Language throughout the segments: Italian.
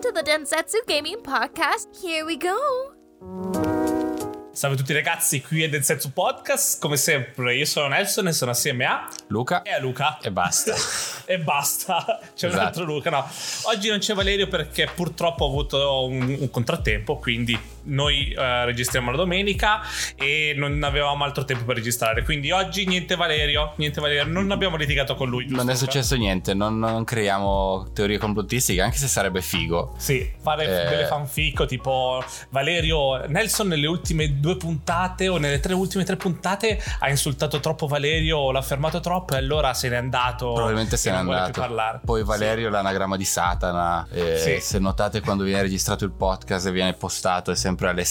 to the Densetsu Gaming Podcast. Here we go. Salve a tutti ragazzi, qui è Densetsu Podcast. Come sempre io sono Nelson e sono assieme a Luca e a Luca. e basta. E basta, c'è un altro Luca. No, oggi non c'è Valerio perché purtroppo ho avuto un contrattempo, quindi noi registriamo la domenica e non avevamo altro tempo per registrare, quindi oggi niente Valerio, non abbiamo litigato con lui, giusto? Non è successo niente, non creiamo teorie complottistiche, anche se sarebbe figo. Sì, fare delle fanfic tipo Valerio Nelson nelle ultime 2 puntate o nelle ultime 3 puntate ha insultato troppo Valerio o l'ha fermato troppo e allora se n'è andato. Probabilmente se n'è non vuole andato. più parlare. Poi Valerio è l'anagramma di Satana. Sì. Se notate quando viene registrato il podcast e viene postato è sempre alle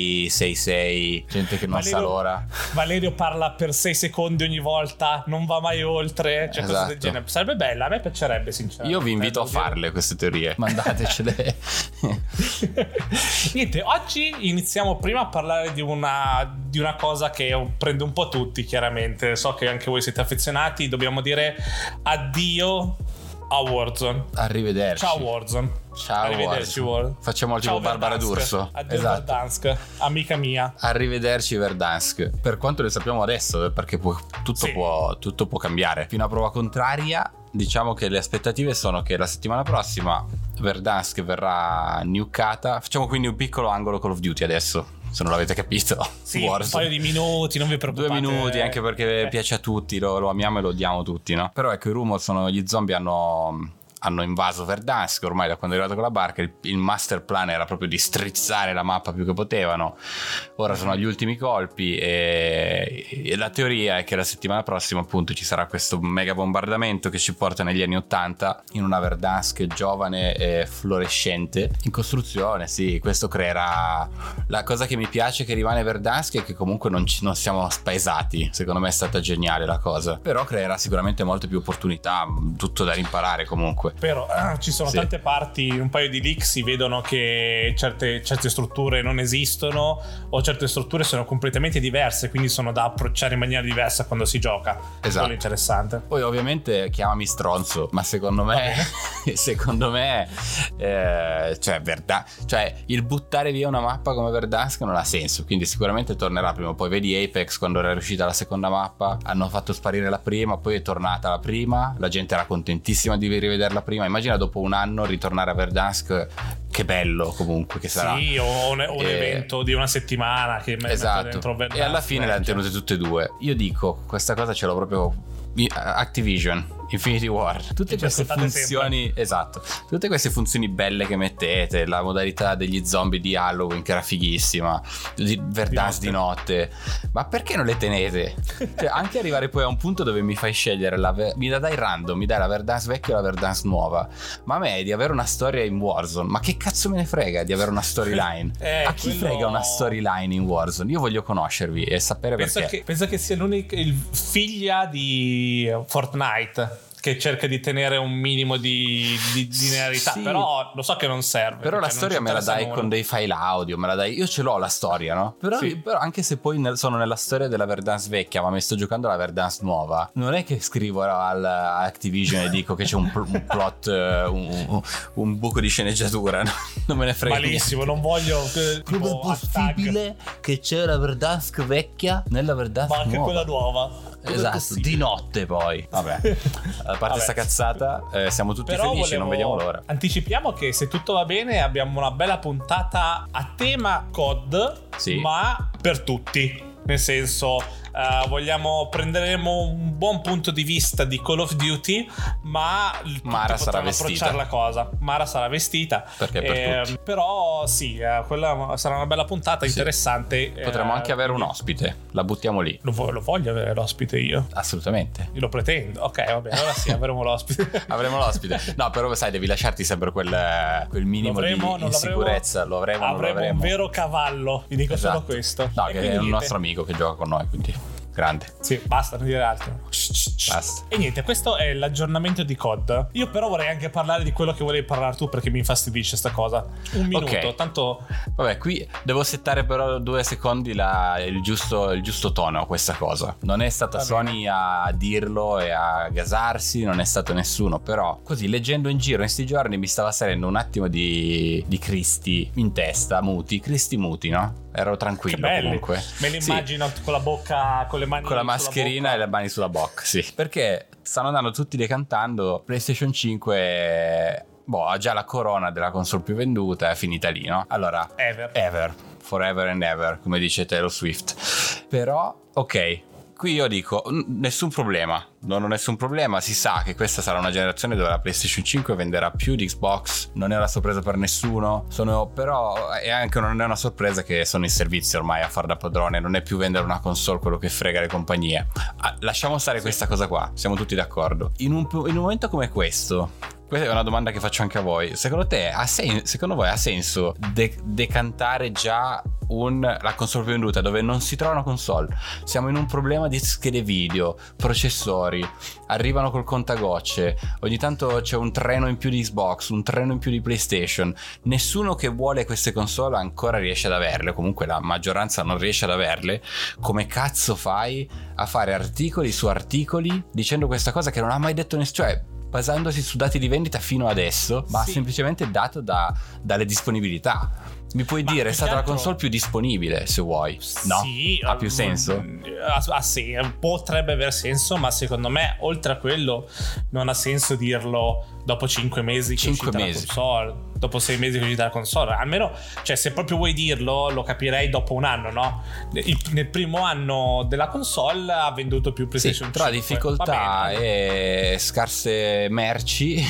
6:06, gente che non sa l'ora. Valerio parla per 6 secondi ogni volta, non va mai oltre, cioè cose del Esatto. genere. Sarebbe bella, a me piacerebbe sinceramente. Io vi invito a farle queste teorie, mandatecele. Niente, oggi iniziamo prima a parlare di una cosa che prende un po' tutti, chiaramente. So che anche voi siete affezionati. Dobbiamo dire addio a Warzone. Arrivederci. Ciao Warzone. Ciao Arrivederci Warzone. Facciamo il tipo Barbara D'Urso. Addio Esatto. Verdansk, amica mia. Arrivederci Verdansk. Per quanto ne sappiamo adesso, perché tutto può cambiare. Fino a prova contraria, diciamo che le aspettative sono che la settimana prossima Verdansk verrà nukata. Facciamo quindi un piccolo angolo Call of Duty adesso, se non l'avete capito. Sì, Warzone. un paio di minuti, non vi preoccupate. 2 minuti, anche perché piace a tutti, lo amiamo e lo odiamo tutti, no? Però ecco, i rumor sono gli zombie hanno invaso Verdansk ormai da quando è arrivato con la barca. Il master plan era proprio di strizzare la mappa più che potevano. Ora sono agli ultimi colpi e la teoria è che la settimana prossima appunto ci sarà questo mega bombardamento che ci porta negli anni 80 in una Verdansk giovane e florescente in costruzione. Sì, questo creerà la cosa che mi piace che rimane Verdansk è che comunque non siamo spaesati. Secondo me è stata geniale la cosa, però creerà sicuramente molte più opportunità, tutto da rimparare comunque. Però ci sono tante parti, un paio di leak si vedono che certe strutture non esistono o certe strutture sono completamente diverse, quindi sono da approcciare in maniera diversa quando si gioca. Esatto. Quello è interessante. Poi ovviamente chiamami stronzo, ma secondo me cioè il buttare via una mappa come Verdansk non ha senso, quindi sicuramente tornerà prima o poi. Vedi Apex, quando era riuscita la seconda mappa hanno fatto sparire la prima, poi è tornata la prima, la gente era contentissima di rivederla prima. Immagina dopo un anno ritornare a Verdansk, che bello comunque che sarà. Sì, o un evento di una settimana che esatto. dentro Verdansk, e alla fine le hanno tenute tutte e due. Io dico, questa cosa ce l'ho proprio Activision, Infinity War, tutte queste funzioni sempre. Esatto, tutte queste funzioni belle che mettete, la modalità degli zombie di Halloween che era fighissima, di Verdansk di notte, ma perché non le tenete? Cioè, anche arrivare poi a un punto dove mi fai scegliere mi dai random, mi dai la Verdansk vecchia o la Verdansk nuova, ma a me di avere una storia in Warzone, ma che cazzo me ne frega di avere una storyline? A chi frega una storyline in Warzone? Io voglio conoscervi e sapere perché. Penso che sia il figlia di Fortnite che cerca di tenere un minimo di linearità, sì. Però lo so che non serve. Però la storia me la dai con dei file audio, me la dai. Io ce l'ho la storia, no? Però anche se poi sono nella storia della Verdansk vecchia, ma mi sto giocando la Verdansk nuova, non è che scrivo a Activision e dico che c'è un plot, un buco di sceneggiatura, no? Non me ne frega. Malissimo, non voglio. Come è possibile che c'è la Verdansk vecchia nella Verdansk nuova? Ma anche quella nuova. Esatto, di notte poi. Vabbè, a parte sta cazzata, siamo tutti felici, non vediamo l'ora. Anticipiamo che se tutto va bene abbiamo una bella puntata a tema COD, sì. Ma per tutti. Nel senso, prenderemo un buon punto di vista di Call of Duty, ma Mara sarà vestita. La cosa. Mara sarà vestita. Perché per tutti. Però sì, quella sarà una bella puntata, sì. Interessante. Potremmo anche avere un ospite, la buttiamo lì. Lo voglio avere l'ospite io. Assolutamente. Io lo pretendo. Ok, va bene, allora sì, avremo l'ospite. Avremo l'ospite. No, però sai, devi lasciarti sempre quel minimo di insicurezza. Avremo un vero cavallo, vi dico solo questo. No, che è un nostro amico che gioca con noi, quindi grande. Sì, basta, non dire altro. Basta. E niente, questo è l'aggiornamento di COD. Io però vorrei anche parlare di quello che volevi parlare tu, perché mi infastidisce sta cosa. Un minuto, Ok. tanto... Vabbè, qui devo settare però 2 secondi il giusto tono a questa cosa. Non è stata Va Sony a dirlo e a gasarsi, non è stato nessuno, però così leggendo in giro in sti giorni mi stava salendo un attimo di cristi in testa, cristi muti, no? Ero tranquillo Che belli. comunque. Me li Sì. immagino con la bocca, con le mani Con la sulla mascherina bocca. e le mani sulla bocca, sì. Perché stanno andando tutti decantando PlayStation 5. Ha già la corona della console più venduta, è finita lì, no? Allora, Ever. forever and ever, come dice Taylor Swift. Però, ok, qui io dico, nessun problema. Non ho nessun problema, si sa che questa sarà una generazione dove la PlayStation 5 venderà più di Xbox, non è una sorpresa per nessuno, però è anche non è una sorpresa che sono in servizio ormai a far da padrone, non è più vendere una console quello che frega le compagnie. Lasciamo stare questa cosa qua, siamo tutti d'accordo. In un momento come questo, questa è una domanda che faccio anche a voi, secondo voi ha senso decantare già la console più venduta dove non si trova una console? Siamo in un problema di schede video, processori, arrivano col contagocce, ogni tanto c'è un treno in più di Xbox, un treno in più di PlayStation, nessuno che vuole queste console ancora riesce ad averle, comunque la maggioranza non riesce ad averle. Come cazzo fai a fare articoli su articoli dicendo questa cosa che non ha mai detto nessuno, cioè basandosi su dati di vendita fino adesso, ma Sì. semplicemente dato dalle disponibilità. Mi puoi dire, è più stata che la altro- console più disponibile, se vuoi. No? Sì, Ha più senso? Sì, potrebbe aver senso, ma secondo me oltre a quello non ha senso dirlo dopo 5 mesi che è 5 uscita mesi. la console, dopo 6 mesi che è uscita la console. Almeno, cioè, se proprio vuoi dirlo, lo capirei dopo un anno, no? Nel primo anno della console ha venduto più Sì, PlayStation 5. tra difficoltà Va bene. e scarse merci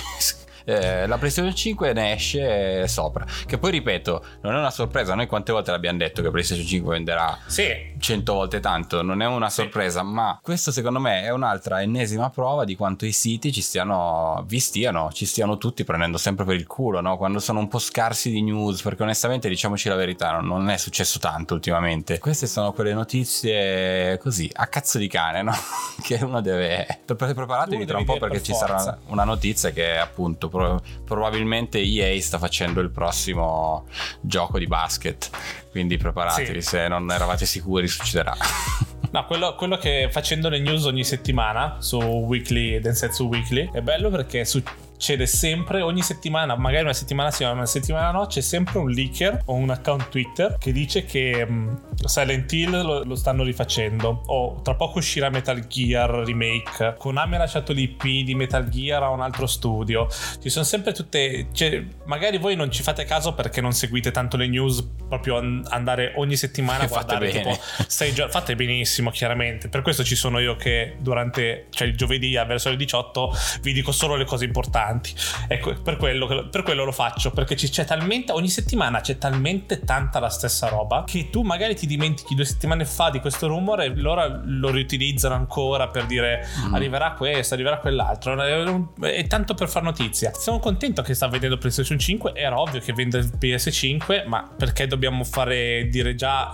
la PlayStation 5 ne esce sopra, che poi ripeto non è una sorpresa, noi quante volte l'abbiamo detto che PlayStation 5 venderà Sì, 100 volte tanto, non è una sorpresa, ma questo secondo me è un'altra ennesima prova di quanto i siti ci stiano tutti prendendo sempre per il culo, no? Quando sono un po' scarsi di news, perché onestamente diciamoci la verità, non è successo tanto ultimamente. Queste sono quelle notizie così a cazzo di cane, no? Che uno deve preparatevi Uno tra un deve po' dire perché per ci forza. sarà una notizia che appunto probabilmente EA sta facendo il prossimo gioco di basket, quindi preparatevi, Sì. se non eravate sicuri succederà. no, quello che facendo le news ogni settimana su Weekly, Densetsu Weekly, è bello perché succede sempre, ogni settimana, magari una settimana sì, una settimana no, c'è sempre un leaker o un account Twitter che dice che Silent Hill lo stanno rifacendo, o tra poco uscirà Metal Gear Remake, Konami ha lasciato l'IP di Metal Gear a un altro studio. Ci sono sempre tutte, cioè, magari voi non ci fate caso perché non seguite tanto le news, proprio andare ogni settimana a Fate guardare bene. tipo 6 giorni, fate benissimo chiaramente, per questo ci sono io che durante, cioè il giovedì verso le 18 vi dico solo le cose importanti. Ecco, per quello lo faccio, perché c'è talmente, ogni settimana c'è talmente tanta la stessa roba che tu magari ti dimentichi 2 settimane fa di questo rumore e loro lo riutilizzano ancora per dire arriverà questo, arriverà quell'altro, è tanto per far notizia. Sono contento che sta vendendo PlayStation 5, era ovvio che vende il PS5, ma perché dobbiamo dire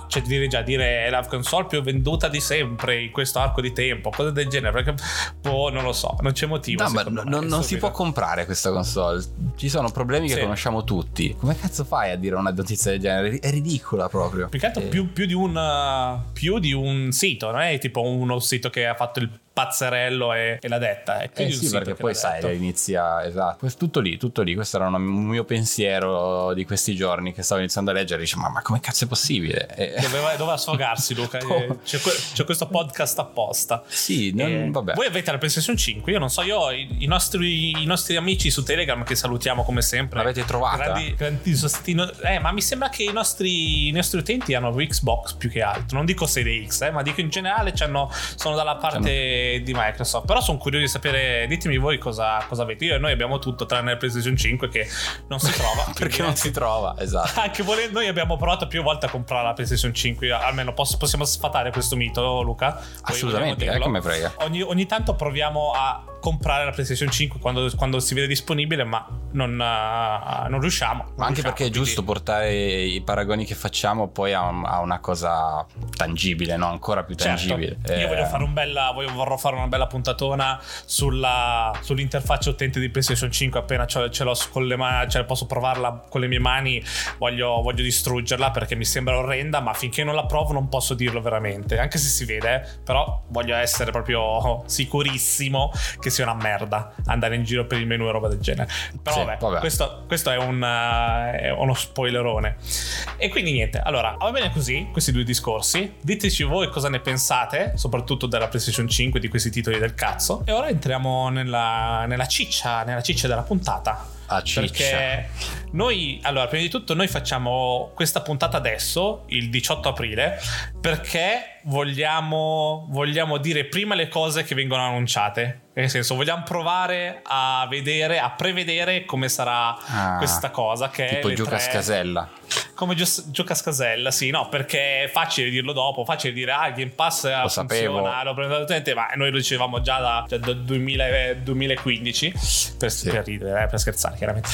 è la console più venduta di sempre in questo arco di tempo, cose del genere, perché non lo so, non c'è motivo. No, ma secondo me, non si subito. può comprare questa console. Ci sono problemi che Sì. conosciamo tutti. Come cazzo fai a dire una notizia del genere? È ridicola proprio. Più che altro più di un sito, non è tipo uno sito che ha fatto il pazzerello e l'ha detta, è più di un Sì, sito perché che poi l'ha sai, detto. inizia, esatto, tutto lì, questo era un mio pensiero di questi giorni che stavo iniziando a leggere, dice ma come cazzo è possibile? Doveva sfogarsi Luca. C'è questo podcast apposta. Sì, vabbè. Voi avete la PlayStation 5, io non so, io ho i nostri amici su Telegram che salutiamo come sempre. L'avete trovata? Grandi sostino. Ma mi sembra che i nostri utenti hanno Xbox più che altro, non dico Series X, ma dico in generale sono dalla parte di Microsoft. Però sono curioso di sapere, ditemi voi cosa avete. Io e noi abbiamo tutto tranne il PlayStation 5 che non si trova. Perché non si trova, esatto. Anche volendo, noi abbiamo provato più volte a comprare la PlayStation 5. Almeno possiamo sfatare questo mito, Luca? Assolutamente, Vogliamo dirlo? come frega. Ogni tanto proviamo a comprare la PlayStation 5 quando si vede disponibile, ma non riusciamo. Ma anche perché è giusto portare i paragoni che facciamo poi a una cosa tangibile, no? Ancora più tangibile. Certo. Io vorrò fare una bella puntatona sull'interfaccia utente di PlayStation 5 appena ce l'ho con le mani, cioè posso provarla con le mie mani, voglio distruggerla perché mi sembra orrenda, ma finché non la provo non posso dirlo veramente, anche se si vede, però voglio essere proprio sicurissimo che sia una merda andare in giro per il menu e roba del genere. Però sì, vabbè. Questo è uno spoilerone. E quindi niente, allora va bene così questi due discorsi, diteci voi cosa ne pensate soprattutto della PlayStation 5, di questi titoli del cazzo, e ora entriamo nella ciccia della puntata. Perché noi, allora, prima di tutto noi facciamo questa puntata adesso, il 18 aprile, perché vogliamo dire prima le cose che vengono annunciate. Nel senso, vogliamo provare a vedere, a prevedere come sarà questa cosa, che tipo è gioca a scasella. Come gioca a scasella, sì, no, perché è facile dirlo dopo, facile dire Game Pass lo funziona, lo prendo tutto, ma noi lo dicevamo già da 2015 per ridere, per scherzare chiaramente.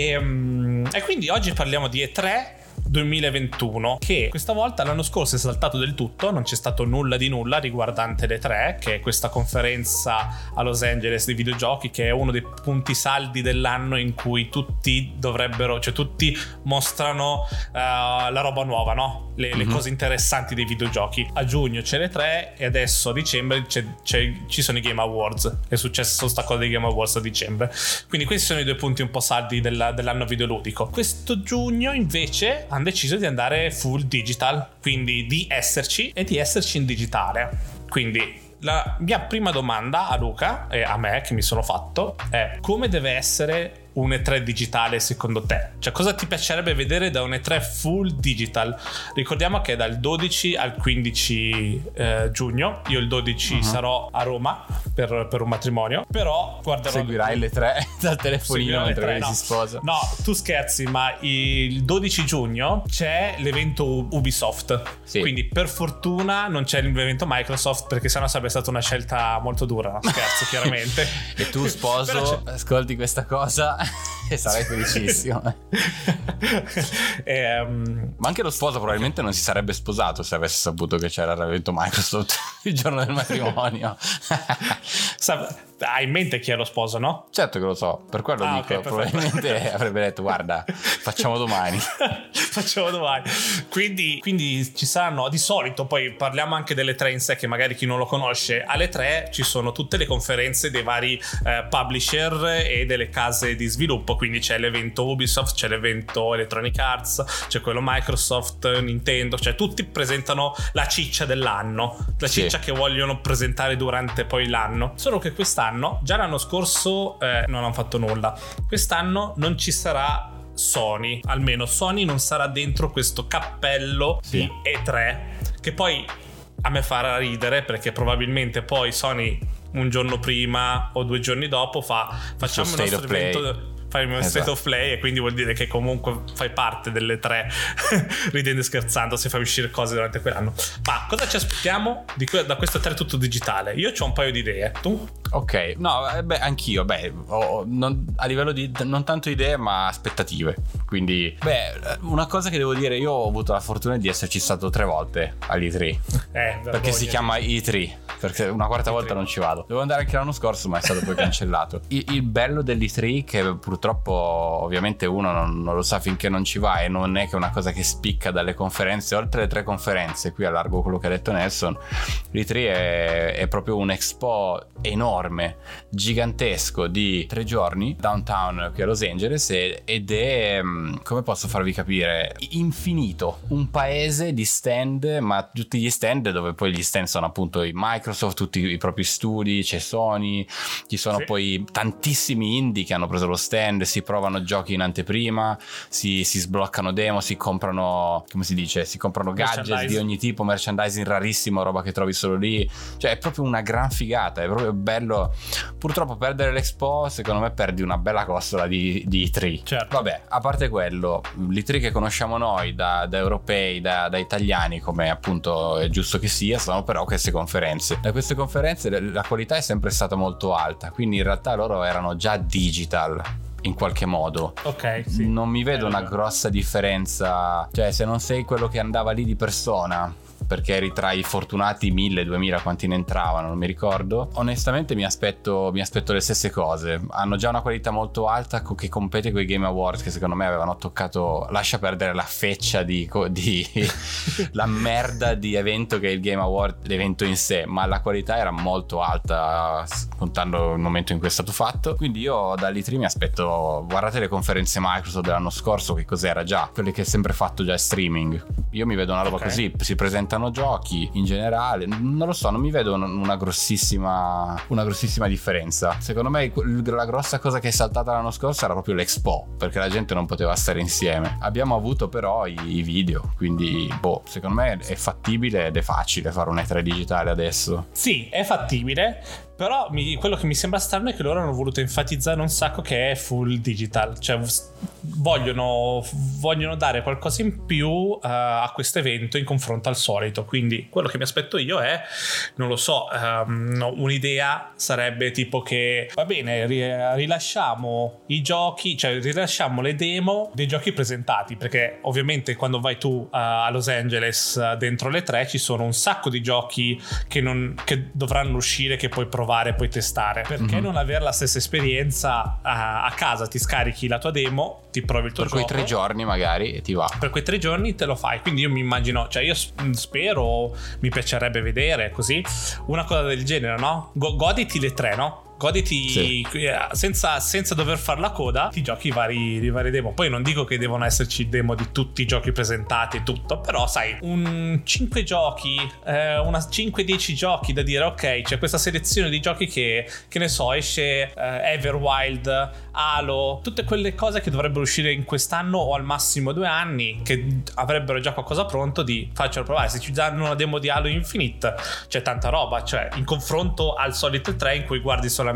E quindi oggi parliamo di E3 2021, che questa volta l'anno scorso è saltato del tutto, non c'è stato nulla di nulla riguardante l'E3, che è questa conferenza a Los Angeles dei videogiochi, che è uno dei punti saldi dell'anno in cui tutti tutti mostrano la roba nuova, no? Le cose interessanti dei videogiochi. A giugno c'è l'E3 e adesso a dicembre ci sono i Game Awards. È successo sta cosa dei Game Awards a dicembre, quindi questi sono i due punti un po' saldi dell'anno videoludico. Questo giugno invece hanno deciso di andare full digital, quindi di esserci in digitale. Quindi la mia prima domanda a Luca e a me, che mi sono fatto, è: come deve essere un E3 digitale secondo te? Cioè, cosa ti piacerebbe vedere da un E3 full digital? Ricordiamo che è dal 12 al 15 giugno. Io il 12 sarò a Roma per un matrimonio, però guarderò. Seguirai le 3 dal telefonino mentre lei si sposa. No, tu scherzi, ma il 12 giugno c'è l'evento Ubisoft, sì. Quindi per fortuna non c'è l'evento Microsoft, perché sennò sarebbe stata una scelta molto dura. No, scherzo chiaramente. E tu sposo ascolti questa cosa e sarai felicissimo. Ma anche lo sposo probabilmente non si sarebbe sposato se avesse saputo che c'era l'evento Microsoft il giorno del matrimonio. Hai in mente chi è lo sposo, no? Certo che lo so, per quello dico, okay, probabilmente avrebbe detto guarda, facciamo domani. Quindi ci saranno, di solito, poi parliamo anche delle 3 in sé, che magari chi non lo conosce. Alle 3 ci sono tutte le conferenze dei vari publisher e delle case di sviluppo, quindi c'è l'evento Ubisoft, c'è l'evento Electronic Arts, c'è quello Microsoft, Nintendo, cioè tutti presentano la ciccia dell'anno, la ciccia che vogliono presentare durante poi l'anno. Solo che quest'anno, già l'anno scorso non hanno fatto nulla, quest'anno non ci sarà Sony, almeno Sony non sarà dentro questo cappello di E3, che poi a me farà ridere, perché probabilmente poi Sony un giorno prima o 2 giorni dopo facciamo il nostro evento, fai uno state of play, e quindi vuol dire che comunque fai parte delle 3 ridendo e scherzando se fai uscire cose durante quell'anno. Ma cosa ci aspettiamo da questo 3 tutto digitale? Io ho un paio di idee, tu? Ok, no, anch'io, a livello di non tanto idee ma aspettative. Quindi, una cosa che devo dire, io ho avuto la fortuna di esserci stato 3 volte all'E3, perché si chiama E3, perché una quarta volta non ci vado. Dovevo andare anche l'anno scorso, ma è stato poi cancellato. Il bello dell'E3, che purtroppo ovviamente uno non lo sa finché non ci va, e non è che una cosa che spicca dalle conferenze, oltre le 3 conferenze, qui allargo quello che ha detto Nelson, l'E3 è proprio un expo enorme, gigantesco, di 3 giorni downtown qui a Los Angeles, ed è, come posso farvi capire, infinito, un paese di stand, ma tutti gli stand, dove poi gli stand sono appunto i Microsoft, tutti i propri studi, c'è Sony, ci sono poi tantissimi indie che hanno preso lo stand, si provano giochi in anteprima, si sbloccano demo, si comprano, come si dice, si comprano gadget di ogni tipo, merchandising rarissimo, roba che trovi solo lì, cioè è proprio una gran figata, è proprio bello quello, purtroppo perdere l'Expo, secondo me perdi una bella costola di E3. Certo. Vabbè, a parte quello, l'E3 che conosciamo noi da europei, da italiani, come appunto è giusto che sia, sono però queste conferenze. Da queste conferenze la qualità è sempre stata molto alta, quindi in realtà loro erano già digital in qualche modo. Ok, sì. Non mi vedo una grossa differenza, cioè se non sei quello che andava lì di persona, perché eri tra i fortunati 1000-2000 quanti ne entravano, non mi ricordo, onestamente mi aspetto le stesse cose. Hanno già una qualità molto alta che compete con i Game Awards, che secondo me avevano toccato, lascia perdere la feccia di la merda di evento che è il Game Award, l'evento in sé, ma la qualità era molto alta contando il momento in cui è stato fatto. Quindi io dall'E3 mi aspetto, guardate le conferenze Microsoft dell'anno scorso, che cos'era già, quelle che è sempre fatto già streaming. Io mi vedo una roba così, si presentano giochi in generale, non lo so, non mi vedo una grossissima differenza. Secondo me la grossa cosa che è saltata l'anno scorso era proprio l'Expo, perché la gente non poteva stare insieme. Abbiamo avuto però i video, quindi secondo me è fattibile ed è facile fare un E3 digitale adesso. Sì, è fattibile. Però quello che mi sembra strano è che loro hanno voluto enfatizzare un sacco che è full digital, cioè vogliono dare qualcosa in più a questo evento in confronto al solito. Quindi quello che mi aspetto io è, non lo so, un'idea sarebbe tipo che va bene, rilasciamo i giochi, cioè rilasciamo le demo dei giochi presentati, perché ovviamente quando vai tu a Los Angeles dentro le 3 ci sono un sacco di giochi che dovranno uscire, che puoi provare, puoi testare. Perché non avere la stessa esperienza a casa? Ti scarichi la tua demo, ti provi il tuo gioco per quei 3 giorni magari e ti va. Per quei 3 giorni te lo fai. Quindi io mi immagino, cioè io spero, mi piacerebbe vedere così una cosa del genere, no? Goditi le 3, no? Goditi sì. senza dover far la coda, ti giochi i vari demo. Poi non dico che devono esserci demo di tutti i giochi presentati e tutto, però sai, un 5 giochi, una 5-10 giochi da dire ok, c'è questa selezione di giochi che ne so, esce Everwild, Halo, tutte quelle cose che dovrebbero uscire in quest'anno o al massimo 2 anni, che avrebbero già qualcosa pronto di farcelo provare. Se ci danno una demo di Halo Infinite c'è tanta roba, cioè in confronto al solito 3 in cui guardi solamente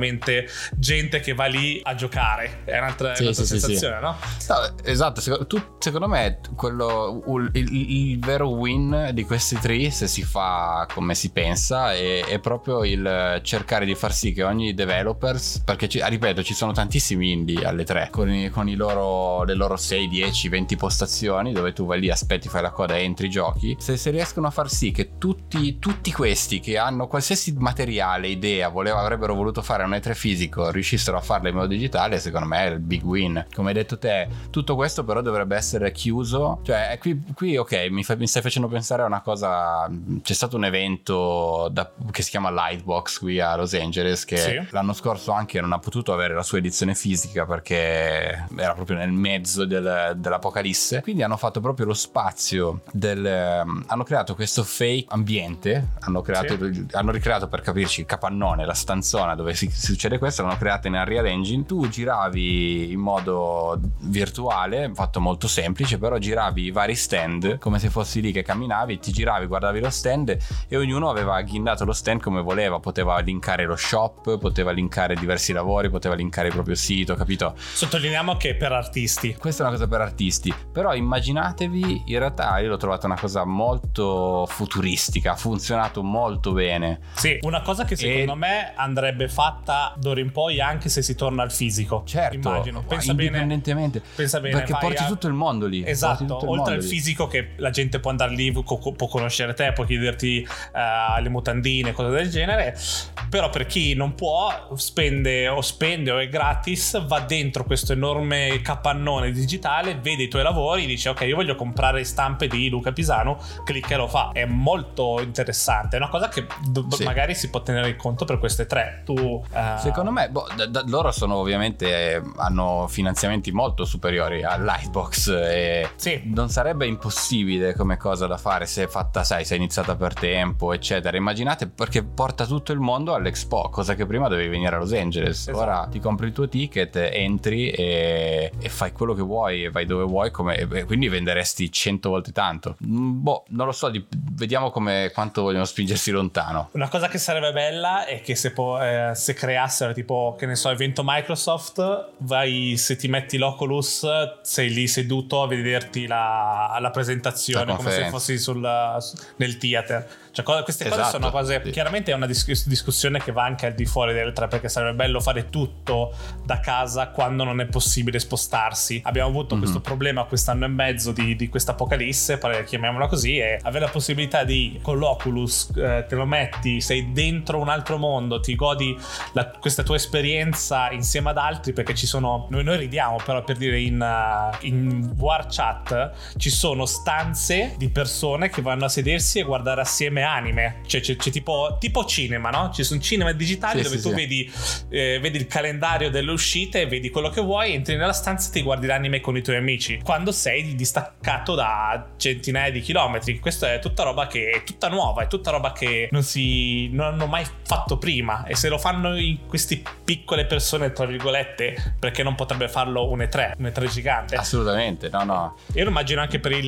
gente che va lì a giocare, è un'altra sensazione, sì. No, esatto. Secondo me quello il vero win di questi 3, se si fa come si pensa, è proprio il cercare di far sì che ogni developers, perché ripeto, ci sono tantissimi indie alle 3 con le loro 6, 10, 20 postazioni dove tu vai lì, aspetti, fai la coda e entri giochi. Se riescono a far sì che tutti questi che hanno qualsiasi materiale, idea, avrebbero voluto fare un E3 fisico, riuscissero a farlo in modo digitale, secondo me è il big win. Come hai detto te, tutto questo però dovrebbe essere chiuso, cioè qui ok, mi stai facendo pensare a una cosa. C'è stato un evento che si chiama Lightbox qui a Los Angeles, che sì, l'anno scorso anche non ha potuto avere la sua edizione fisica perché era proprio nel mezzo dell'apocalisse, quindi hanno fatto proprio lo spazio hanno creato questo fake ambiente, hanno ricreato, per capirci, il capannone, la stanzona dove si succede questo, l'hanno creata in Unreal Engine. Tu giravi in modo virtuale, fatto molto semplice, però giravi i vari stand come se fossi lì che camminavi, ti giravi, guardavi lo stand e ognuno aveva agghindato lo stand come voleva, poteva linkare lo shop, poteva linkare diversi lavori, poteva linkare il proprio sito, capito? Sottolineiamo che è per artisti. Questa è una cosa per artisti, però immaginatevi, in realtà io l'ho trovata una cosa molto futuristica, ha funzionato molto bene. Sì, una cosa che secondo me andrebbe fatta d'ora in poi anche se si torna al fisico. Certo, immagino. Pensa indipendentemente. Pensa bene, perché porti tutto il mondo lì. Esatto, oltre al fisico che la gente può andare lì, può conoscere te, può chiederti le mutandine, cose del genere. Però per chi non può, spende o è gratis, va dentro questo enorme capannone digitale, vede i tuoi lavori, dice ok, io voglio comprare stampe di Luca Pisano, clicca e lo fa. È molto interessante, è una cosa che sì, magari si può tenere in conto per queste 3. Secondo me loro sono ovviamente hanno finanziamenti molto superiori al Lightbox e sì, non sarebbe impossibile come cosa da fare se è fatta, sai, se è iniziata per tempo eccetera. Immaginate, perché porta tutto il mondo all'Expo, cosa che prima dovevi venire a Los Angeles. Esatto. Ora ti compri il tuo ticket, entri e fai quello che vuoi e vai dove vuoi, quindi venderesti 100 volte tanto. Non lo so, vediamo quanto vogliono spingersi lontano. Una cosa che sarebbe bella è che se creassero tipo, che ne so, evento Microsoft, vai, se ti metti l'Oculus sei lì seduto a vederti la presentazione come se fossi nel theater. Cioè, queste cose sono cose, chiaramente è una discussione che va anche al di fuori delle tre, perché sarebbe bello fare tutto da casa quando non è possibile spostarsi. Abbiamo avuto questo problema quest'anno e mezzo di questa apocalisse, chiamiamola così, e avere la possibilità di, con l'Oculus, te lo metti, sei dentro un altro mondo, ti godi questa tua esperienza insieme ad altri, perché ci sono, noi ridiamo, però per dire in VR chat ci sono stanze di persone che vanno a sedersi e guardare assieme anime, cioè c'è tipo cinema, no? Ci sono cinema digitali dove tu vedi il calendario delle uscite e vedi quello che vuoi, entri nella stanza e ti guardi l'anime con i tuoi amici quando sei distaccato da centinaia di chilometri. Questa è tutta roba che è tutta nuova, è tutta roba che non hanno mai fatto prima, e se lo fanno in queste piccole persone, tra virgolette, perché non potrebbe farlo un E3 gigante? Assolutamente, no. Io lo immagino anche per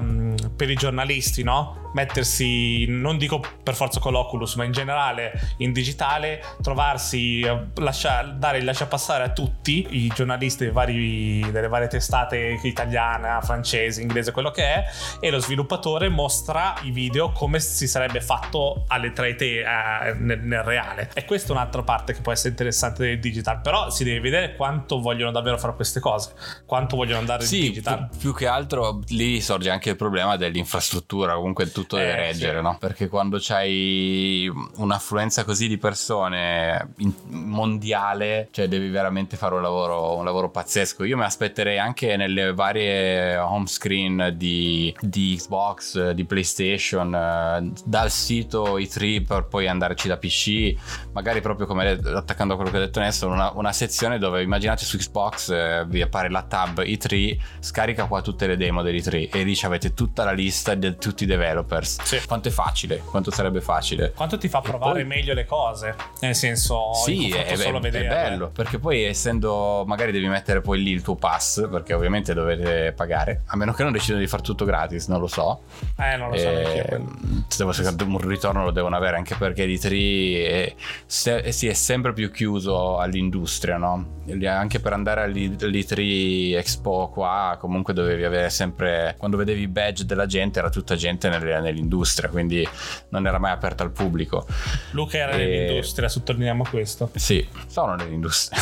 i giornalisti, no? Mettersi, non dico per forza con l'Oculus, ma in generale in digitale, trovarsi, dare il lasciapassare a tutti i giornalisti delle varie testate, italiana, francese, inglese, quello che è, e lo sviluppatore mostra i video come si sarebbe fatto alle 3T nel reale. E questa è un'altra parte che può essere interessante del digital, però si deve vedere quanto vogliono davvero fare queste cose, quanto vogliono andare in digital. Più che altro lì sorge anche il problema dell'infrastruttura, comunque tutto deve reggere, no? Perché quando c'hai un'affluenza così di persone mondiale, cioè devi veramente fare un lavoro pazzesco. Io mi aspetterei anche nelle varie home screen di Xbox, di PlayStation, dal sito E3 per poi andarci da PC, magari proprio come attaccando a quello che ha detto Nestor, una sezione dove, immaginate, su Xbox vi appare la tab E3, scarica qua tutte le demo dell'E3 e lì avete tutta la lista di tutti i developers. Sì. Quanto è facile, quanto sarebbe facile, quanto ti fa provare meglio le cose, nel senso, sì, è bello, perché poi essendo, magari devi mettere poi lì il tuo pass, perché ovviamente dovete pagare, a meno che non decidano di far tutto gratis, non lo so. Non lo so neanche secondo me un ritorno lo devono avere, anche perché l'E3 è sempre più chiuso all'industria, no? Anche per andare all'E3 Expo qua comunque dovevi avere sempre, quando vedevi i badge della gente era tutta gente nell'industria, quindi non era mai aperta al pubblico. Luca era nell'industria, sottolineiamo questo. Sì, sono nell'industria.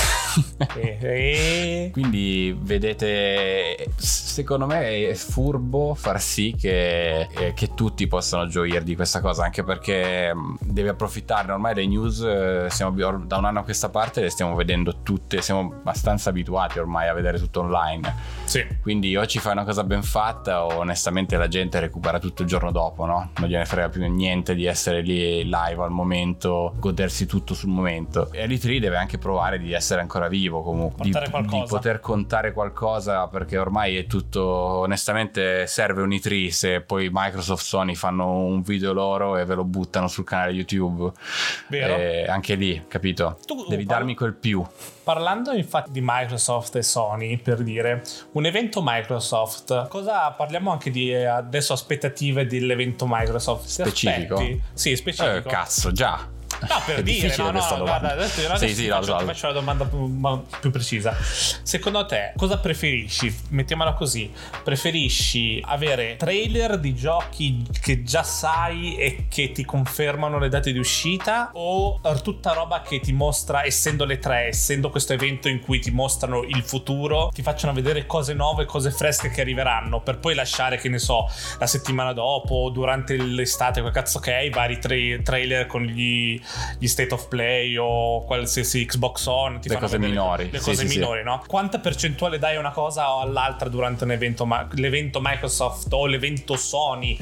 Quindi vedete, secondo me è furbo far sì che tutti possano gioire di questa cosa, anche perché devi approfittarne. Ormai le news siamo da un anno a questa parte le stiamo vedendo tutte, siamo abbastanza abituati ormai a vedere tutto online. Sì. Quindi o ci fai una cosa ben fatta o onestamente la gente recupera tutto il giorno dopo, no? Non gliene frega più niente di essere lì live al momento, godersi tutto sul momento. E l'E3 deve anche provare di essere ancora vivo, comunque di poter contare qualcosa, perché ormai è tutto, onestamente serve un E3 se poi Microsoft, Sony fanno un video loro e ve lo buttano sul canale YouTube. Vero? Anche lì, capito? Devi darmi quel più. Parlando infatti di Microsoft e Sony, per dire, un evento Microsoft, parliamo anche di adesso aspettative dell'evento Microsoft specifico? Sì, specifico. Cazzo, già. No, per dire, guarda, adesso ti faccio la domanda più precisa. Secondo te, cosa preferisci? Mettiamola così: preferisci avere trailer di giochi che già sai e che ti confermano le date di uscita, o tutta roba che ti mostra, essendo le tre, essendo questo evento in cui ti mostrano il futuro, ti facciano vedere cose nuove, cose fresche che arriveranno, per poi lasciare, che ne so, la settimana dopo, durante l'estate, quel cazzo che è, i vari trailer con gli State of Play o qualsiasi Xbox On, le cose minori, no? Quanta percentuale dai a una cosa o all'altra durante un evento, l'evento Microsoft o l'evento Sony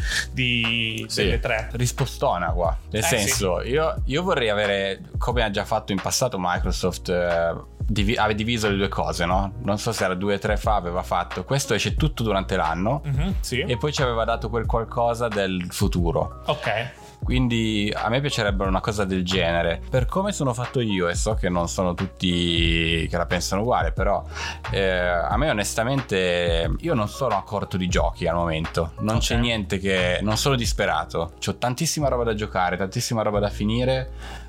delle tre? Rispostona qua, nel senso, io vorrei avere, come ha già fatto in passato Microsoft, aveva diviso le due cose, no? Non so se era 2 o 3 fa, aveva fatto questo, esce tutto durante l'anno, e poi ci aveva dato quel qualcosa del futuro. Ok. Quindi a me piacerebbe una cosa del genere. Per come sono fatto io, e so che non sono tutti che la pensano uguale, però a me onestamente, io non sono a corto di giochi al momento. Non c'è niente, che non sono disperato. C'ho tantissima roba da giocare, tantissima roba da finire.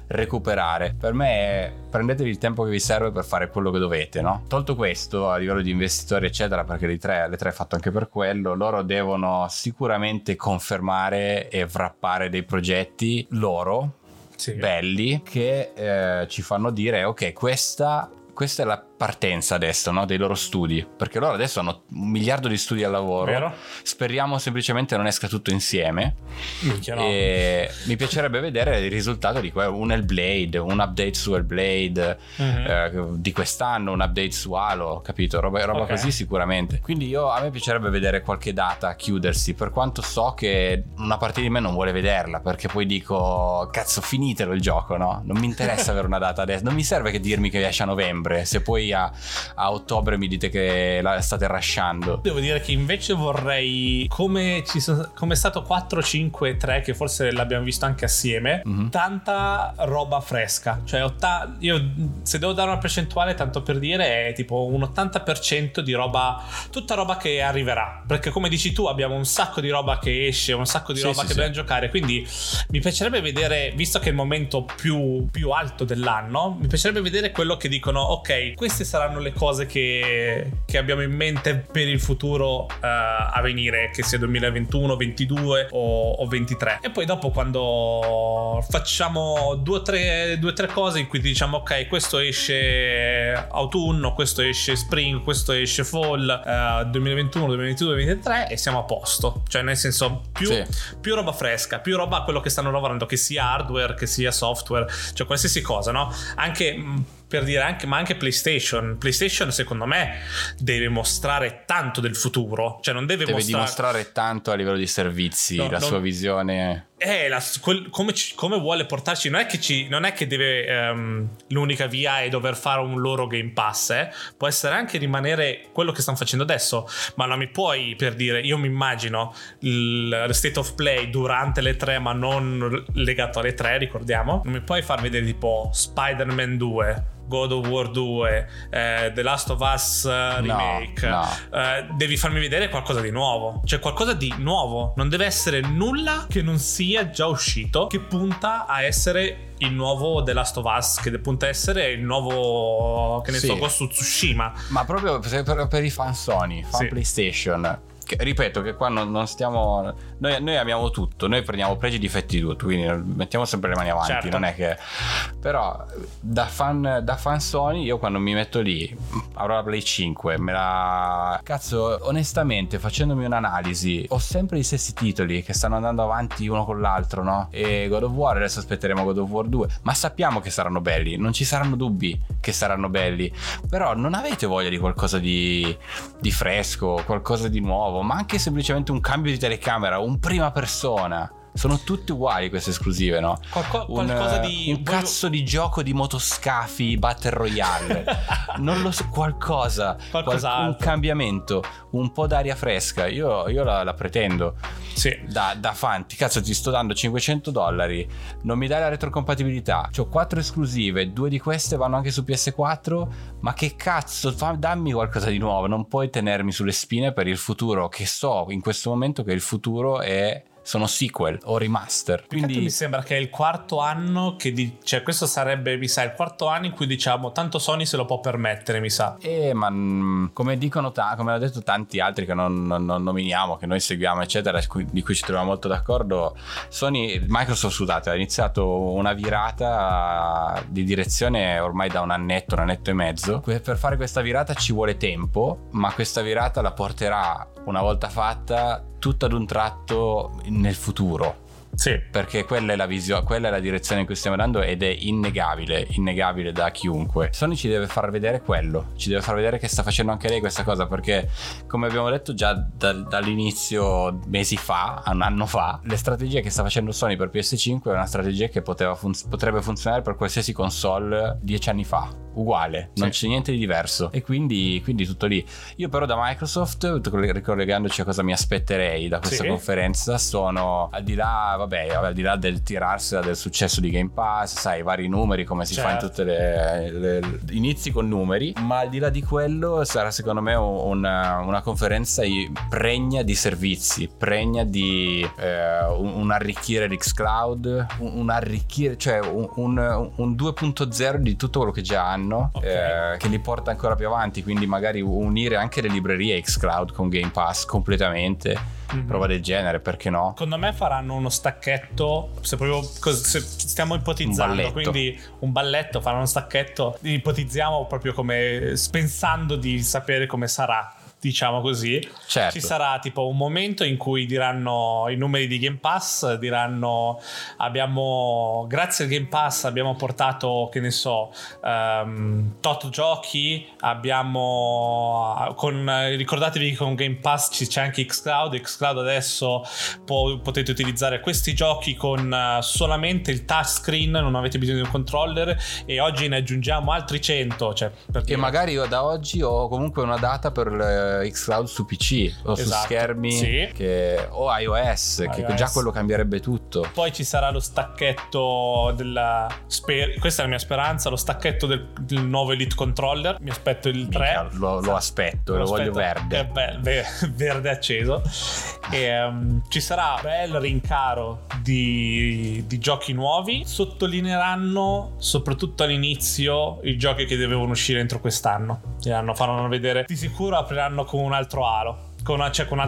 recuperare. Per me è prendetevi il tempo che vi serve per fare quello che dovete, no? Tolto questo, a livello di investitori eccetera, perché le tre è fatto anche per quello, loro devono sicuramente confermare e wrappare dei progetti loro belli che ci fanno dire ok, questa è la partenza adesso, no? Dei loro studi, perché loro adesso hanno 1 miliardo di studi al lavoro. Vero? Speriamo semplicemente non esca tutto insieme. Minchia, no. E mi piacerebbe vedere il risultato di un Hellblade, un update su Hellblade di quest'anno, un update su Halo, capito? Roba così sicuramente. Quindi a me piacerebbe vedere qualche data chiudersi, per quanto so che una parte di me non vuole vederla, perché poi dico cazzo, finitelo il gioco, no? Non mi interessa avere una data adesso, non mi serve che dirmi che esce a novembre, se poi a ottobre mi dite che la state rushando. Devo dire che invece vorrei, come è stato 4, 5, 3, che forse l'abbiamo visto anche assieme, tanta roba fresca. Cioè io se devo dare una percentuale, tanto per dire, è tipo un 80% di roba, tutta roba che arriverà, perché come dici tu abbiamo un sacco di roba che esce, un sacco di roba che dobbiamo giocare, quindi mi piacerebbe vedere, visto che è il momento più alto dell'anno, mi piacerebbe vedere quello che dicono ok, queste saranno le cose che abbiamo in mente per il futuro a venire, che sia 2021, 22 o 23. E poi dopo, quando facciamo due o tre cose in cui diciamo ok, questo esce autunno, questo esce spring, questo esce fall, 2021, 2022, 2023, e siamo a posto. Cioè nel senso più roba fresca, più roba a quello che stanno lavorando, che sia hardware, che sia software, cioè qualsiasi cosa, no? Anche per dire ma anche PlayStation secondo me deve mostrare tanto del futuro, cioè non deve dimostrare tanto a livello di servizi, sua visione come vuole portarci. Non è che deve l'unica via è dover fare un loro Game Pass, può essere anche rimanere quello che stanno facendo adesso, ma non mi puoi, per dire, io mi immagino il State of Play durante le 3 ma non legato alle 3, ricordiamo, non mi puoi far vedere tipo Spider-Man 2, God of War 2, The Last of Us remake. No. Devi farmi vedere qualcosa di nuovo, cioè qualcosa di nuovo, non deve essere nulla che non sia già uscito, che punta a essere il nuovo The Last of Us, che punta a essere il nuovo, che ne so, Ghost of Tsushima. Ma proprio per i fan Sony, fan PlayStation, che, ripeto che qua non stiamo, noi amiamo tutto, noi prendiamo pregi e difetti di tutto, quindi mettiamo sempre le mani avanti, certo. Non è che, però da fan Sony, io quando mi metto lì avrò la Play 5, cazzo, onestamente, facendomi un'analisi, ho sempre i stessi titoli che stanno andando avanti uno con l'altro, no? E God of War, adesso aspetteremo God of War 2, ma sappiamo che saranno belli, non ci saranno dubbi che saranno belli, però non avete voglia di qualcosa di fresco, qualcosa di nuovo, ma anche semplicemente un cambio di telecamera, un prima persona. Sono tutte uguali queste esclusive, no? Qualcosa di un cazzo di gioco di motoscafi Battle Royale. Non lo so, qualcos'altro, un cambiamento, un po' d'aria fresca. Io la pretendo. Sì. Da fan, cazzo, ti sto dando $500, non mi dai la retrocompatibilità, c'ho 4 esclusive, 2 di queste vanno anche su PS4, ma che cazzo, dammi qualcosa di nuovo. Non puoi tenermi sulle spine per il futuro, che so in questo momento che il futuro sono sequel o remaster. Quindi mi sembra che è il quarto anno cioè questo sarebbe, mi sa, il quarto anno in cui diciamo tanto Sony se lo può permettere, mi sa. Ma come dicono come hanno detto tanti altri che non nominiamo, che noi seguiamo eccetera, di cui ci troviamo molto d'accordo, Microsoft, scusate, ha iniziato una virata di direzione ormai da un annetto e mezzo. Per fare questa virata ci vuole tempo, ma questa virata la porterà, una volta fatta, tutto ad un tratto nel futuro. Sì, perché quella è la visione, quella è la direzione in cui stiamo andando, ed è innegabile da chiunque. Sony ci deve far vedere quello, ci deve far vedere che sta facendo anche lei questa cosa, perché come abbiamo detto già dall'inizio, mesi fa, un anno fa, le strategie che sta facendo Sony per PS5 è una strategia che potrebbe funzionare per qualsiasi console 10 anni fa, uguale, non c'è niente di diverso, e quindi tutto lì. Io però da Microsoft, ricollegandoci a cosa mi aspetterei da questa conferenza, sono, al di là vabbè, al di là del tirarsela del successo di Game Pass, sai, i vari numeri come si fa in tutte inizi con numeri, ma al di là di quello sarà secondo me una conferenza pregna di servizi, pregna di un arricchire l'xCloud, un arricchire, cioè un 2.0 di tutto quello che già hanno, che li porta ancora più avanti, quindi magari unire anche le librerie xCloud con Game Pass completamente. Prova del genere, perché no? Secondo me faranno uno stacchetto, se stiamo ipotizzando, quindi un balletto, faranno uno stacchetto, ipotizziamo proprio come pensando di sapere come sarà, diciamo così. Certo. Ci sarà tipo un momento in cui diranno i numeri di Game Pass, diranno grazie al Game Pass abbiamo portato, che ne so, tot giochi, ricordatevi che con Game Pass c'è anche xCloud adesso potete utilizzare questi giochi con solamente il touchscreen, non avete bisogno di un controller, e oggi ne aggiungiamo altri 100, cioè, e magari io da oggi ho comunque una data per xCloud su PC o su schermi o iOS, che già quello cambierebbe tutto. Poi ci sarà lo stacchetto questa è la mia speranza, lo stacchetto del nuovo Elite Controller. Mi aspetto il 3. Lo aspetto, lo voglio verde. Verde acceso. E ci sarà un bel rincaro di giochi nuovi. Sottolineeranno soprattutto all'inizio i giochi che dovevano uscire entro quest'anno. Faranno vedere, di sicuro apriranno con un altro Halo, con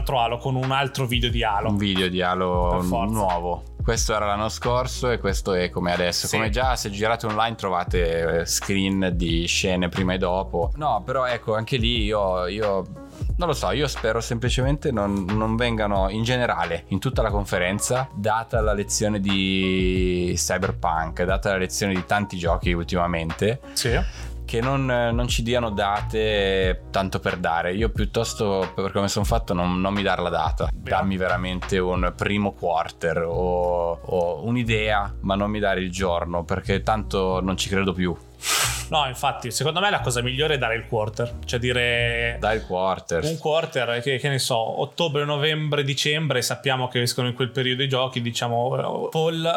un altro video di Halo. Un video di Halo nuovo. Questo era l'anno scorso e questo è come adesso. Come già, se girate online trovate screen di scene prima e dopo. No, però ecco, anche lì io non lo so, io spero semplicemente non vengano in generale in tutta la conferenza, data la lezione di Cyberpunk, data la lezione di tanti giochi ultimamente, che non ci diano date tanto per dare. Io piuttosto, per come sono fatto, non mi dar la data, dammi veramente un primo quarter o un'idea, ma non mi dare il giorno, perché tanto non ci credo più. No, infatti, secondo me la cosa migliore è dare il quarter, cioè dire dai il quarter. Un quarter che ne so, ottobre, novembre, dicembre, sappiamo che escono in quel periodo i giochi, diciamo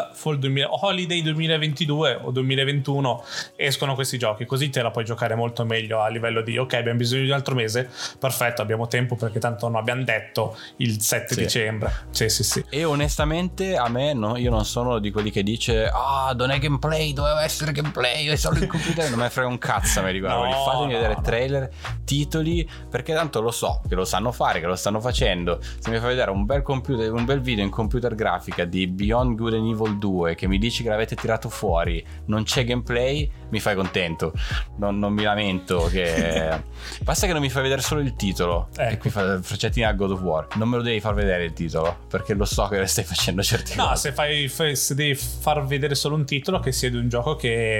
Holiday 2022 o 2021 escono questi giochi, così te la puoi giocare molto meglio a livello di ok, abbiamo bisogno di un altro mese, perfetto, abbiamo tempo, perché tanto non abbiamo detto il 7 dicembre. Sì. E onestamente a me io non sono di quelli che dice non è gameplay, doveva essere gameplay, è solo il computer. Non me frega un cazzo a me riguardo, fatemi vedere trailer, titoli, perché tanto lo so che lo sanno fare, che lo stanno facendo. Se mi fai vedere un bel video in computer grafica di Beyond Good and Evil 2 che mi dici che l'avete tirato fuori, non c'è gameplay, mi fai contento, non mi lamento, che basta che non mi fai vedere solo il titolo, e qui fa frecciatina a God of War, non me lo devi far vedere il titolo, perché lo so che stai facendo certe cose. Se devi far vedere solo un titolo, che sia di un gioco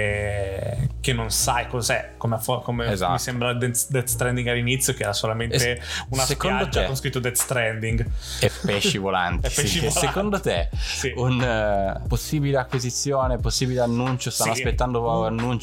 che non sai cos'è, come mi sembra Death Stranding all'inizio, che era solamente una spiaggia con scritto Death Stranding e pesci volanti. Secondo te possibile acquisizione, possibile annuncio, stanno aspettando annunci?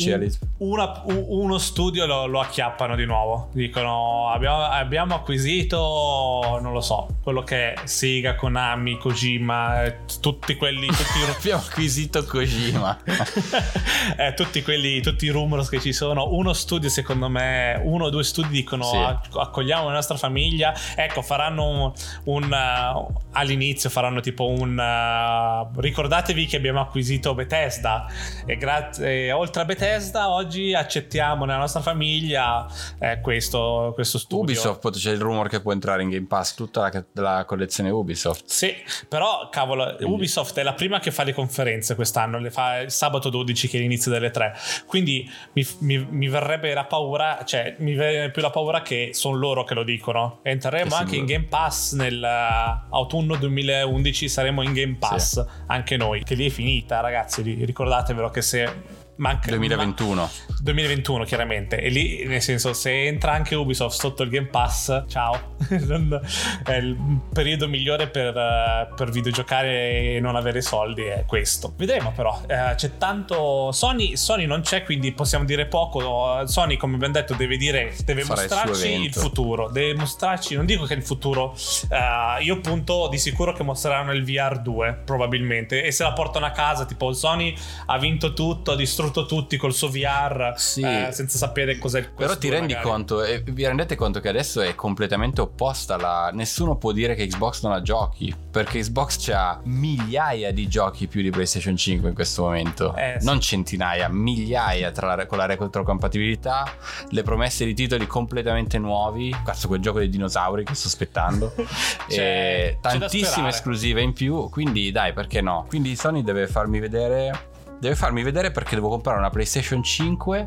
Uno studio lo acchiappano di nuovo, dicono abbiamo acquisito, non lo so, quello che è Sega, Konami, Kojima, tutti abbiamo acquisito Kojima. Tutti i rumors che ci sono. Uno studio, secondo me, 1 o 2 studi dicono accogliamo la nostra famiglia. Ecco, faranno all'inizio faranno tipo ricordatevi che abbiamo acquisito Bethesda e oltre a Bethesda oggi accettiamo nella nostra famiglia questo studio. Ubisoft, c'è il rumor che può entrare in Game Pass tutta la collezione Ubisoft. Sì, però cavolo, Ubisoft è la prima che fa le conferenze quest'anno, le fa il sabato 12 che è l'inizio delle 3, quindi mi verrebbe la paura, cioè mi viene più la paura che sono loro che lo dicono. Entreremo anche in Game Pass nell'autunno 2011, saremo in Game Pass anche noi, che lì è finita, ragazzi, ricordatevelo che se manca 2021. 2021 chiaramente, e lì nel senso, se entra anche Ubisoft sotto il Game Pass, ciao. È il periodo migliore per videogiocare e non avere soldi, è questo. Vedremo però, c'è tanto Sony non c'è, quindi possiamo dire poco. Sony, come abbiamo detto, deve mostrarci il futuro, deve mostrarci, non dico che il futuro, io punto di sicuro che mostreranno il VR 2 probabilmente, e se la portano a casa, tipo Sony ha vinto tutto, ha distrutto tutti col suo VR, sì, senza sapere cos'è il però ti rendi conto, vi rendete conto che adesso è completamente opposta nessuno può dire che Xbox non ha giochi, perché Xbox c'ha migliaia di giochi più di PlayStation 5 in questo momento, sì. Non centinaia, migliaia con la retrocompatibilità, le promesse di titoli completamente nuovi, cazzo quel gioco dei dinosauri che sto aspettando, e tantissime esclusive in più, quindi dai, perché no? Quindi Sony deve farmi vedere perché devo comprare una PlayStation 5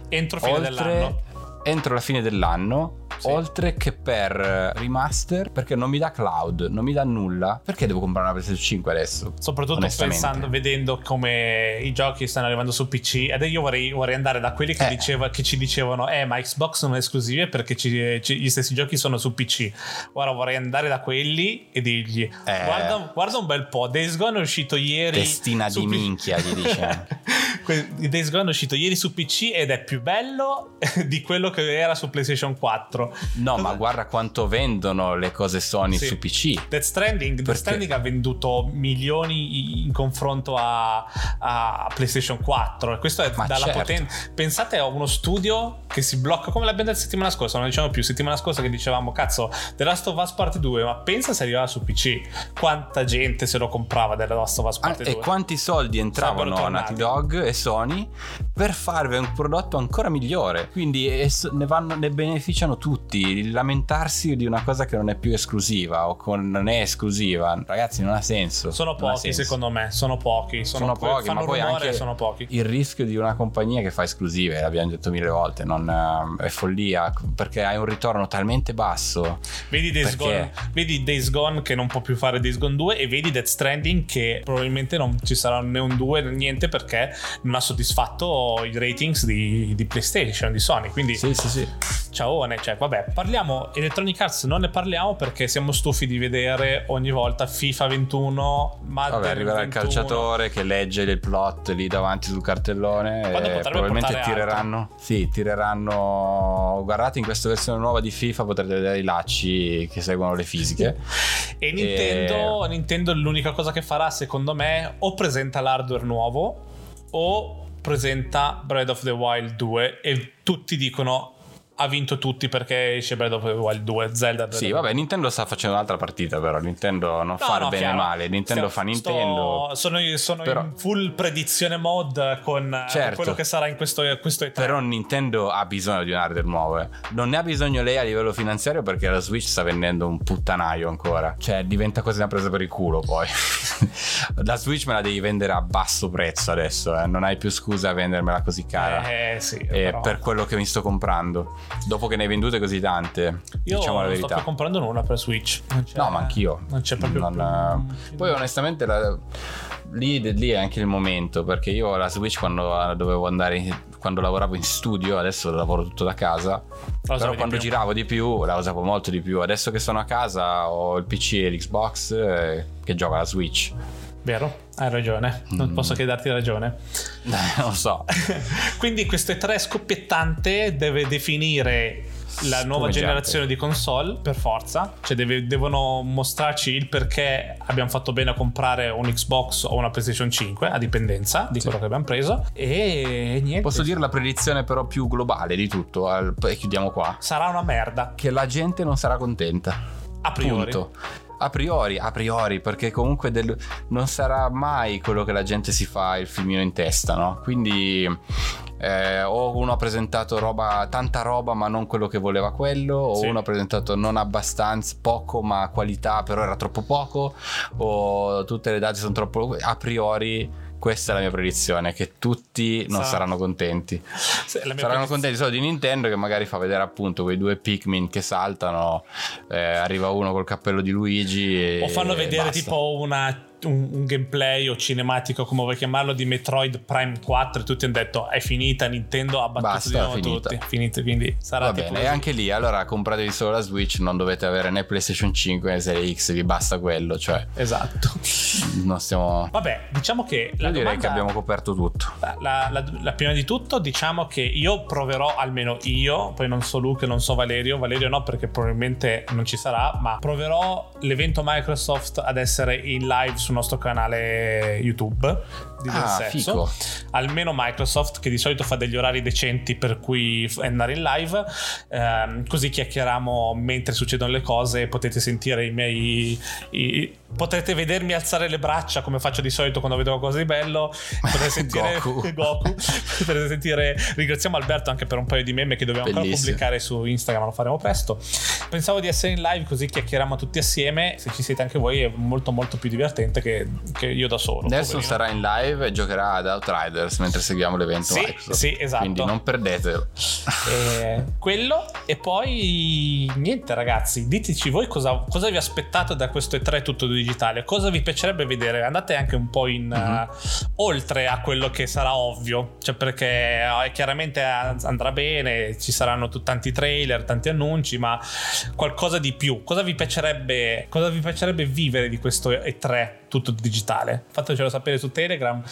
entro la fine dell'anno. Sì. Oltre che per remaster, perché non mi dà cloud, non mi dà nulla. Perché devo comprare una PlayStation 5 adesso? Soprattutto vedendo come i giochi stanno arrivando su PC. Ed io vorrei andare da quelli che ci dicevano ma Xbox non è esclusive perché gli stessi giochi sono su PC. Ora vorrei andare da quelli e dirgli guarda un bel po', Days Gone è uscito ieri, testina di minchia gli dice. Days Gone è uscito ieri su PC ed è più bello di quello che era su PlayStation 4. No, ma guarda quanto vendono le cose Sony su PC. Death Stranding ha venduto milioni in confronto a PlayStation 4, e questo è dalla potenza. Pensate a uno studio che si blocca, come l'abbiamo detto settimana scorsa, non diciamo più, settimana scorsa che dicevamo cazzo The Last of Us Part 2, ma pensa se arrivava su PC, quanta gente se lo comprava The Last of Us Part 2 e quanti soldi entravano a Naughty Dog e Sony per farvi un prodotto ancora migliore, quindi ne beneficiano tutti. Lamentarsi di una cosa che non è più esclusiva non è esclusiva, ragazzi, non ha senso. Sono pochi, secondo me, sono pochi, ma poi anche sono pochi. Il rischio di una compagnia che fa esclusive, l'abbiamo detto 1000 volte, è follia, perché hai un ritorno talmente basso. Vedi Days Gone che non può più fare Days Gone 2, e vedi Death Stranding che probabilmente non ci sarà né un 2 né niente, perché non ha soddisfatto i ratings di PlayStation, di Sony, quindi sì. ciaone, cioè vabbè, parliamo Electronic Arts, non ne parliamo perché siamo stufi di vedere ogni volta FIFA 21, Madden. Vabbè, arriverà 21. Il calciatore che legge il plot lì davanti sul cartellone, e probabilmente tireranno. Guardate, in questa versione nuova di FIFA potrete vedere i lacci che seguono le fisiche. E Nintendo l'unica cosa che farà, secondo me, o presenta l'hardware nuovo o presenta Breath of the Wild 2, e tutti dicono ha vinto tutti perché esce Breath of the Wild 2, Zelda. Sì, vabbè, Nintendo sta facendo un'altra partita, però Nintendo non fa bene o male, Nintendo fa Nintendo. Sono però, in full predizione mod con quello che sarà in questo E3. Però Nintendo ha bisogno di un hardware nuovo. Non ne ha bisogno lei a livello finanziario, perché la Switch sta vendendo un puttanaio ancora. Cioè diventa quasi una presa per il culo poi. La Switch me la devi vendere a basso prezzo adesso, non hai più scusa a vendermela così cara. Sì, per quello che mi sto comprando. Dopo che ne hai vendute così tante, diciamo la verità. Io sto più comprando nulla per Switch. No, ma anch'io. Non c'è proprio Poi onestamente lì è anche il momento, perché io la Switch quando lavoravo in studio, adesso lavoro tutto da casa, però quando giravo di più la usavo molto di più. Adesso che sono a casa ho il PC e l'Xbox che gioca la Switch. Vero, hai ragione, non posso che darti ragione. Non lo so. Quindi questo E3 scoppiettante deve definire la nuova generazione di console, per forza. Cioè devono mostrarci il perché abbiamo fatto bene a comprare un Xbox o una PlayStation 5, a dipendenza di quello che abbiamo preso. E niente. Posso dire la predizione però più globale di tutto, e chiudiamo qua. Sarà una merda. Che la gente non sarà contenta. A priori. Punto. A priori, perché comunque non sarà mai quello che la gente si fa il filmino in testa, no? Quindi o uno ha presentato tanta roba ma non quello che voleva quello, o uno ha presentato non abbastanza, poco ma qualità però era troppo poco, o tutte le date sono troppo. A priori questa è la mia predizione, che tutti non saranno contenti. Saranno contenti solo di Nintendo, che magari fa vedere appunto quei 2 Pikmin che saltano, arriva uno col cappello di Luigi o fanno vedere basta. Tipo una un gameplay o cinematico, come vuoi chiamarlo, di Metroid Prime 4 e tutti hanno detto è finita, Nintendo ha battuto di nuovo tutti, finito, quindi sarà va bene. E anche lì allora compratevi solo la Switch, non dovete avere né PlayStation 5 né Serie X, vi basta quello, cioè esatto. Non stiamo, vabbè, diciamo che io direi che abbiamo coperto tutto. La prima di tutto diciamo che io proverò, almeno io, poi non so Luca, non so Valerio no perché probabilmente non ci sarà, ma proverò l'evento Microsoft ad essere in live sul nostro canale YouTube di Densetsu. Almeno Microsoft, che di solito fa degli orari decenti per cui andare in live, così chiacchieriamo mentre succedono le cose, potete sentire i miei potete vedermi alzare le braccia come faccio di solito quando vedo qualcosa di bello, potete sentire Goku. Potete sentire, ringraziamo Alberto anche per un paio di meme che dobbiamo ancora pubblicare su Instagram, lo faremo presto. Pensavo di essere in live così chiacchieriamo tutti assieme, se ci siete anche voi è molto molto più divertente che io da solo. Adesso sarà in live e giocherà ad Outriders mentre seguiamo l'evento Microsoft. Sì, esatto, quindi non perdetelo. Quello. E poi niente ragazzi, diteci voi cosa vi aspettate da questo E3 tutto digitale, cosa vi piacerebbe vedere, andate anche un po' in oltre a quello che sarà ovvio, cioè perché chiaramente andrà bene, ci saranno tanti trailer, tanti annunci, ma qualcosa di più, cosa vi piacerebbe vivere di questo E3 tutto digitale? Fatecelo sapere su Telegram.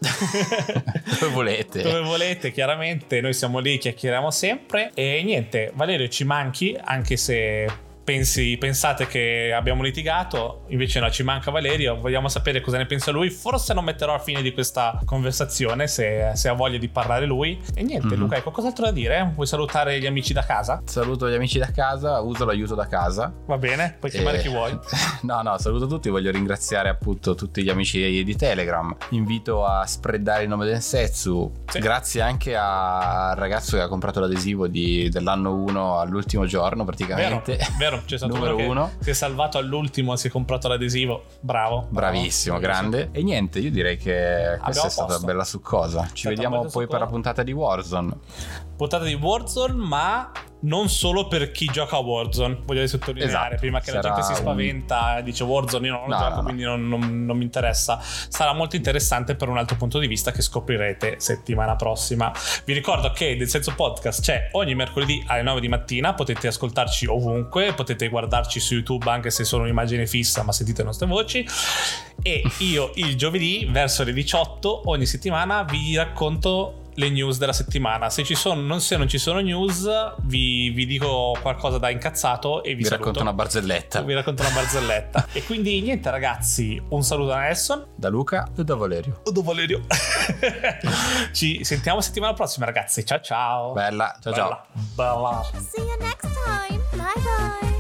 dove volete, chiaramente noi siamo lì, chiacchieriamo sempre. E niente, Valerio, ci manchi, anche se pensate che abbiamo litigato, invece no, ci manca Valerio, vogliamo sapere cosa ne pensa lui. Forse non metterò a fine di questa conversazione se ha voglia di parlare lui. E niente, Luca, hai qualcos'altro da dire? Vuoi salutare gli amici da casa? Saluto gli amici da casa, uso l'aiuto da casa. Va bene, puoi chiamare chi vuoi. No, saluto tutti, voglio ringraziare appunto tutti gli amici di Telegram, invito a spreadare il nome Densetsu, grazie anche al ragazzo che ha comprato l'adesivo dell'anno 1 all'ultimo giorno praticamente. Vero. C'è stato numero uno si è salvato all'ultimo, si è comprato l'adesivo, bravissimo, grande. E niente, io direi che questa è stata bella succosa. Ci vediamo poi per la puntata di Warzone, ma non solo per chi gioca a Warzone, voglio sottolineare, prima che la gente si spaventa e dice Warzone io non lo gioco, quindi non mi interessa. Sarà molto interessante per un altro punto di vista che scoprirete settimana prossima. Vi ricordo che Densetsu Podcast c'è ogni mercoledì alle 9 di mattina, potete ascoltarci ovunque, potete guardarci su YouTube anche se sono un'immagine fissa, ma sentite le nostre voci. E io il giovedì verso le 18 ogni settimana vi racconto le news della settimana. Se non ci sono news, vi dico qualcosa da incazzato e vi racconto una barzelletta. E quindi niente ragazzi, un saluto da Nelson, da Luca e da Valerio. Ci sentiamo settimana prossima ragazzi. Ciao. Bella. Ciao. See you next time. Bye bye.